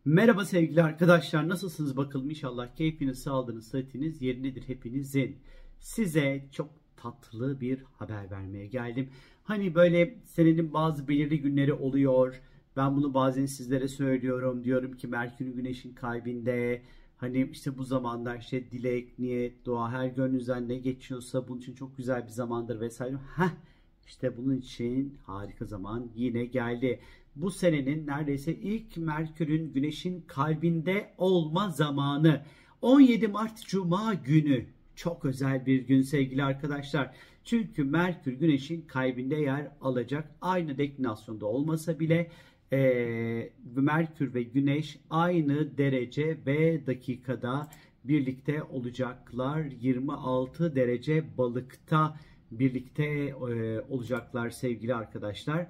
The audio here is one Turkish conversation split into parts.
Merhaba sevgili arkadaşlar, nasılsınız bakalım? İnşallah keyfiniz, sağlığınız, sıhhatiniz yerindedir hepinizin. Size çok tatlı bir haber vermeye geldim. Hani böyle senenin bazı belirli günleri oluyor. Ben bunu bazen sizlere söylüyorum. Diyorum ki Merkür Güneş'in kalbinde. Hani işte bu zamanda işte dilek, niyet, dua, her gönlünüzden ne geçiyorsa bunun için çok güzel bir zamandır vesaire. İşte bunun için harika zaman yine geldi. Bu senenin neredeyse ilk Merkür'ün Güneş'in kalbinde olma zamanı. 17 Mart Cuma günü. Çok özel bir gün sevgili arkadaşlar. Çünkü Merkür Güneş'in kalbinde yer alacak. Aynı deklinasyonda olmasa bile Merkür ve Güneş aynı derece ve dakikada birlikte olacaklar. 26 derece balıkta birlikte olacaklar sevgili arkadaşlar.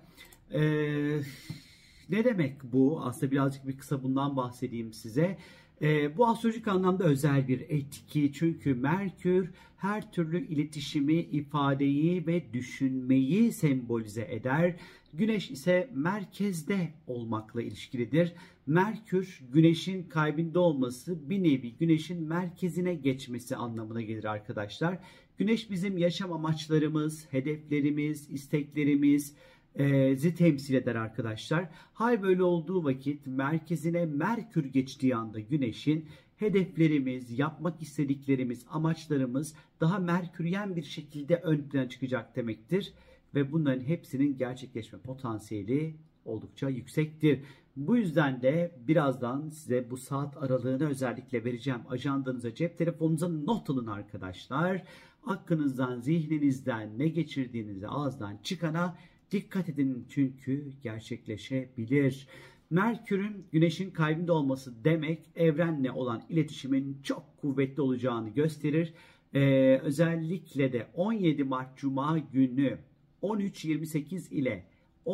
Ne demek bu? Aslında birazcık bir kısa bundan bahsedeyim size. Bu astrolojik anlamda özel bir etki. Çünkü Merkür her türlü iletişimi, ifadeyi ve düşünmeyi sembolize eder. Güneş ise merkezde olmakla ilişkilidir. Merkür, Güneş'in kalbinde olması bir nevi Güneş'in merkezine geçmesi anlamına gelir arkadaşlar. Güneş bizim yaşam amaçlarımız, hedeflerimiz, isteklerimiz, temsil eder arkadaşlar. Hal böyle olduğu vakit merkezine Merkür geçtiği anda Güneş'in hedeflerimiz, yapmak istediklerimiz, amaçlarımız daha merküryen bir şekilde ön plana çıkacak demektir. Ve bunların hepsinin gerçekleşme potansiyeli oldukça yüksektir. Bu yüzden de birazdan size bu saat aralığını özellikle vereceğim. Ajandanıza, cep telefonunuza not alın arkadaşlar. Aklınızdan, zihninizden ne geçirdiğinizi ağızdan çıkana dikkat edin çünkü gerçekleşebilir. Merkür'ün Güneş'in kalbinde olması demek evrenle olan iletişimin çok kuvvetli olacağını gösterir. Özellikle de 17 Mart Cuma günü 13.28 ile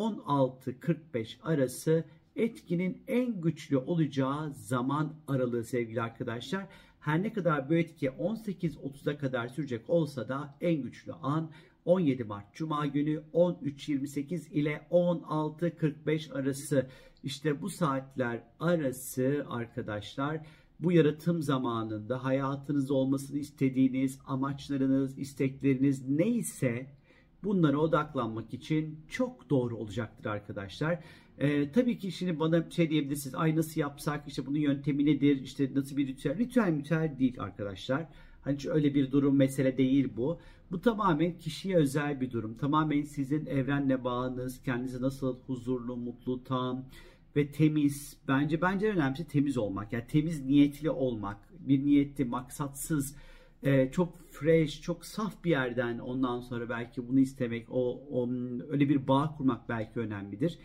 16.45 arası etkinin en güçlü olacağı zaman aralığı sevgili arkadaşlar. Her ne kadar bu etki 18.30'a kadar sürecek olsa da en güçlü an 17 Mart Cuma günü 13.28 ile 16.45 arası. İşte bu saatler arası arkadaşlar, bu yaratım zamanında hayatınızda olmasını istediğiniz amaçlarınız, istekleriniz neyse bunlara odaklanmak için çok doğru olacaktır arkadaşlar. Tabii ki şimdi bana şey diyebilirsiniz. Ay nasıl yapsak? İşte bunun yöntemi nedir? İşte nasıl bir ritüel? Ritüel değil arkadaşlar. Hani öyle bir durum, mesele değil bu. Bu tamamen kişiye özel bir durum. Tamamen sizin evrenle bağınız, kendinizi nasıl huzurlu, mutlu, tam ve temiz. Bence önemlisi temiz olmak. Yani temiz niyetli olmak. Bir niyetli, maksatsız, çok fresh, çok saf bir yerden ondan sonra belki bunu istemek, öyle bir bağ kurmak belki önemlidir.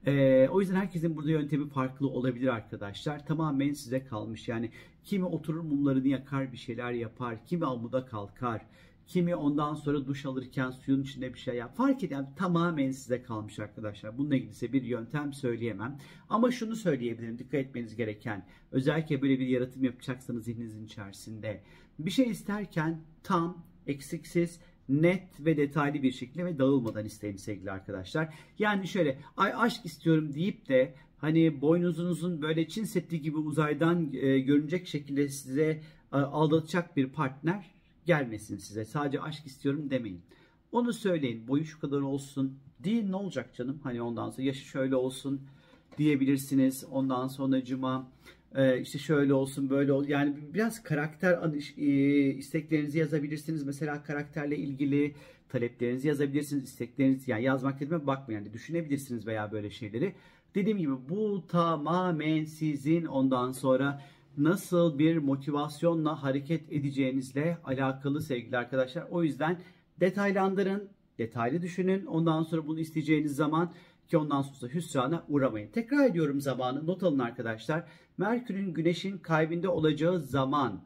O yüzden herkesin burada yöntemi farklı olabilir arkadaşlar. Tamamen size kalmış. Yani kimi oturur mumlarını yakar, bir şeyler yapar. Kimi amuda kalkar. Kimi ondan sonra duş alırken suyun içinde bir şey yap. Fark eden tamamen size kalmış arkadaşlar. Bununla ilgili size bir yöntem söyleyemem. Ama şunu söyleyebilirim. Dikkat etmeniz gereken. Özellikle böyle bir yaratım yapacaksanız zihninizin içerisinde. Bir şey isterken tam, eksiksiz, net ve detaylı bir şekilde ve dağılmadan isteyin sevgili arkadaşlar. Yani şöyle aşk istiyorum deyip de hani boynuzunuzun böyle Çin Seddi gibi uzaydan görünecek şekilde size aldatacak bir partner gelmesin size. Sadece aşk istiyorum demeyin. Onu söyleyin. Boyu şu kadar olsun. Değil, ne olacak canım? Hani ondan sonra yaşı şöyle olsun diyebilirsiniz. Ondan sonracıma işte şöyle olsun, böyle olsun. Yani biraz karakter isteklerinizi yazabilirsiniz. Mesela karakterle ilgili taleplerinizi yazabilirsiniz. İsteklerinizi, yani yazmak dediğime bakmayın. Yani düşünebilirsiniz veya böyle şeyleri. Dediğim gibi bu tamamen sizin ondan sonra nasıl bir motivasyonla hareket edeceğinizle alakalı sevgili arkadaşlar. O yüzden detaylandırın, detaylı düşünün. Ondan sonra bunu isteyeceğiniz zaman ki ondan sonra hüsrana uğramayın. Tekrar ediyorum zamanı. Not alın arkadaşlar. Merkür'ün Güneş'in kalbinde olacağı zaman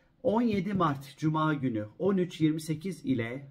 17 Mart Cuma günü 13.28 ile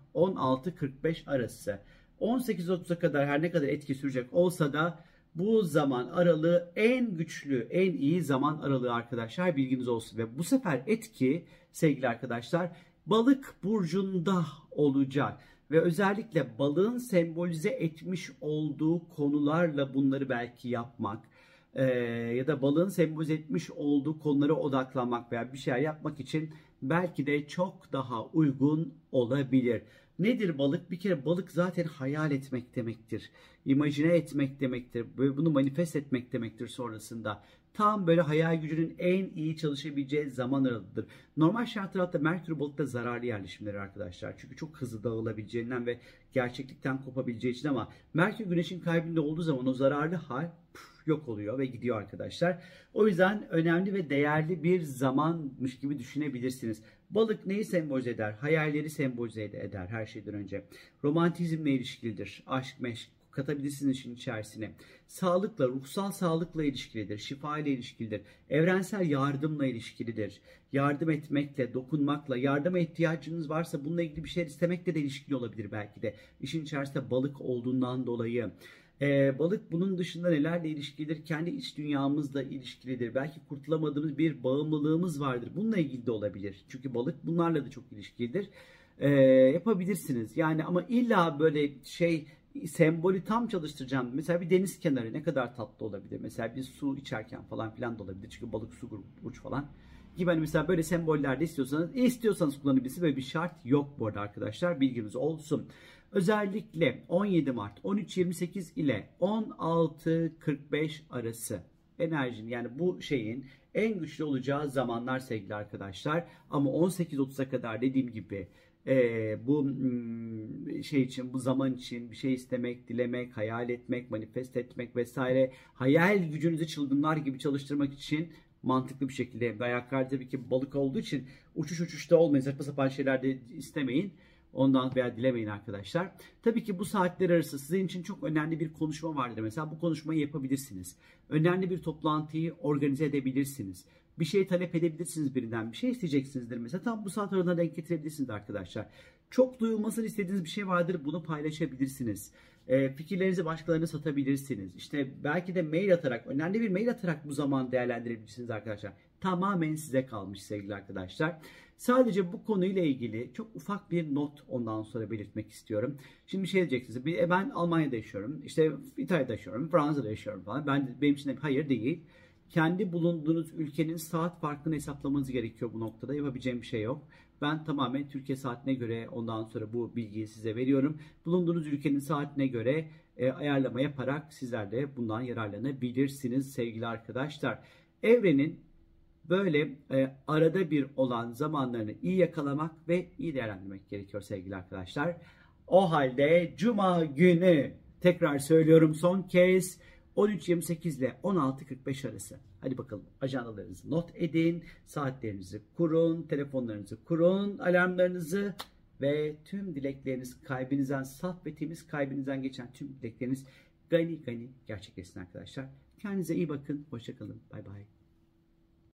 16.45 arası. 18.30'a kadar her ne kadar etki sürecek olsa da bu zaman aralığı en güçlü, en iyi zaman aralığı arkadaşlar, bilginiz olsun. Ve bu sefer etki sevgili arkadaşlar Balık burcunda olacak. Ve özellikle balığın sembolize etmiş olduğu konularla bunları belki yapmak, ya da balığın sembolize etmiş olduğu konulara odaklanmak veya bir şeyler yapmak için belki de çok daha uygun olabilir. Nedir balık? Bir kere balık zaten hayal etmek demektir. İmajine etmek demektir. Böyle bunu manifest etmek demektir sonrasında. Tam böyle hayal gücünün en iyi çalışabileceği zaman aralıdır. Normal şartlarda Merkür balıkta zararlı yerleşimleri arkadaşlar. Çünkü çok hızlı dağılabileceğinden ve gerçeklikten kopabileceği için, ama Merkür Güneş'in kalbinde olduğu zaman o zararlı hal yok oluyor ve gidiyor arkadaşlar. O yüzden önemli ve değerli bir zamanmış gibi düşünebilirsiniz. Balık neyi sembolize eder? Hayalleri sembolize eder her şeyden önce. Romantizmle ilişkilidir. Aşk, meşk katabilirsiniz işin içerisine. Sağlıkla, ruhsal sağlıkla ilişkilidir. Şifa ile ilişkilidir. Evrensel yardımla ilişkilidir. Yardım etmekle, dokunmakla, yardıma ihtiyacınız varsa bununla ilgili bir şey istemekle de ilişkili olabilir belki de. İşin içerisinde balık olduğundan dolayı. Balık bunun dışında nelerle ilişkilidir? Kendi iç dünyamızla ilişkilidir. Belki kurtulamadığımız bir bağımlılığımız vardır. Bununla ilgili de olabilir. Çünkü balık bunlarla da çok ilişkilidir. Yapabilirsiniz. Yani ama illa böyle sembolü tam çalıştıracağım. Mesela bir deniz kenarı ne kadar tatlı olabilir. Mesela bir su içerken falan filan da olabilir. Çünkü balık su grubu burç falan. Gibi hani mesela böyle sembollerde istiyorsanız kullanabilirsiniz. Böyle bir şart yok bu arada arkadaşlar. Bilginiz olsun. Özellikle 17 Mart 13.28 ile 16.45 arası enerjinin, yani bu şeyin en güçlü olacağı zamanlar sevgili arkadaşlar. Ama 18.30'a kadar dediğim gibi bu şey için, bu zaman için bir şey istemek, dilemek, hayal etmek, manifest etmek vesaire, hayal gücünüzü çılgınlar gibi çalıştırmak için mantıklı bir şekilde. Ayaklar tabii ki balık olduğu için uçuşta olmayın, saçma sapan şeyler de istemeyin. Ondan veya dilemeyin arkadaşlar. Tabii ki bu saatler arası sizin için çok önemli bir konuşma vardır. Mesela bu konuşmayı yapabilirsiniz. Önemli bir toplantıyı organize edebilirsiniz. Bir şey talep edebilirsiniz birinden. Bir şey isteyeceksinizdir mesela. Tam bu saat aralığına denk getirebilirsiniz arkadaşlar. Çok duyulmasını istediğiniz bir şey vardır. Bunu paylaşabilirsiniz. Fikirlerinizi başkalarına satabilirsiniz. İşte belki de mail atarak, önemli bir mail atarak bu zaman değerlendirebilirsiniz arkadaşlar. Tamamen size kalmış sevgili arkadaşlar. Sadece bu konuyla ilgili çok ufak bir not ondan sonra belirtmek istiyorum. Şimdi bir şey diyeceksiniz. Ben Almanya'da yaşıyorum. İşte İtalya'da yaşıyorum. Fransa'da yaşıyorum falan. Benim için de hayır değil. Kendi bulunduğunuz ülkenin saat farkını hesaplamanız gerekiyor bu noktada. Yapabileceğim bir şey yok. Ben tamamen Türkiye saatine göre ondan sonra bu bilgiyi size veriyorum. Bulunduğunuz ülkenin saatine göre ayarlama yaparak sizler de bundan yararlanabilirsiniz sevgili arkadaşlar. Evrenin böyle arada bir olan zamanlarını iyi yakalamak ve iyi değerlendirmek gerekiyor sevgili arkadaşlar. O halde Cuma günü, tekrar söylüyorum son kez, 13.28 ile 16.45 arası. Hadi bakalım, ajandalarınızı not edin, saatlerinizi kurun, telefonlarınızı kurun, alarmlarınızı ve tüm dilekleriniz kalbinizden, saf ve temiz kalbinizden geçen tüm dilekleriniz gani gani gerçekleşsin arkadaşlar. Kendinize iyi bakın, hoşça kalın, bay bay.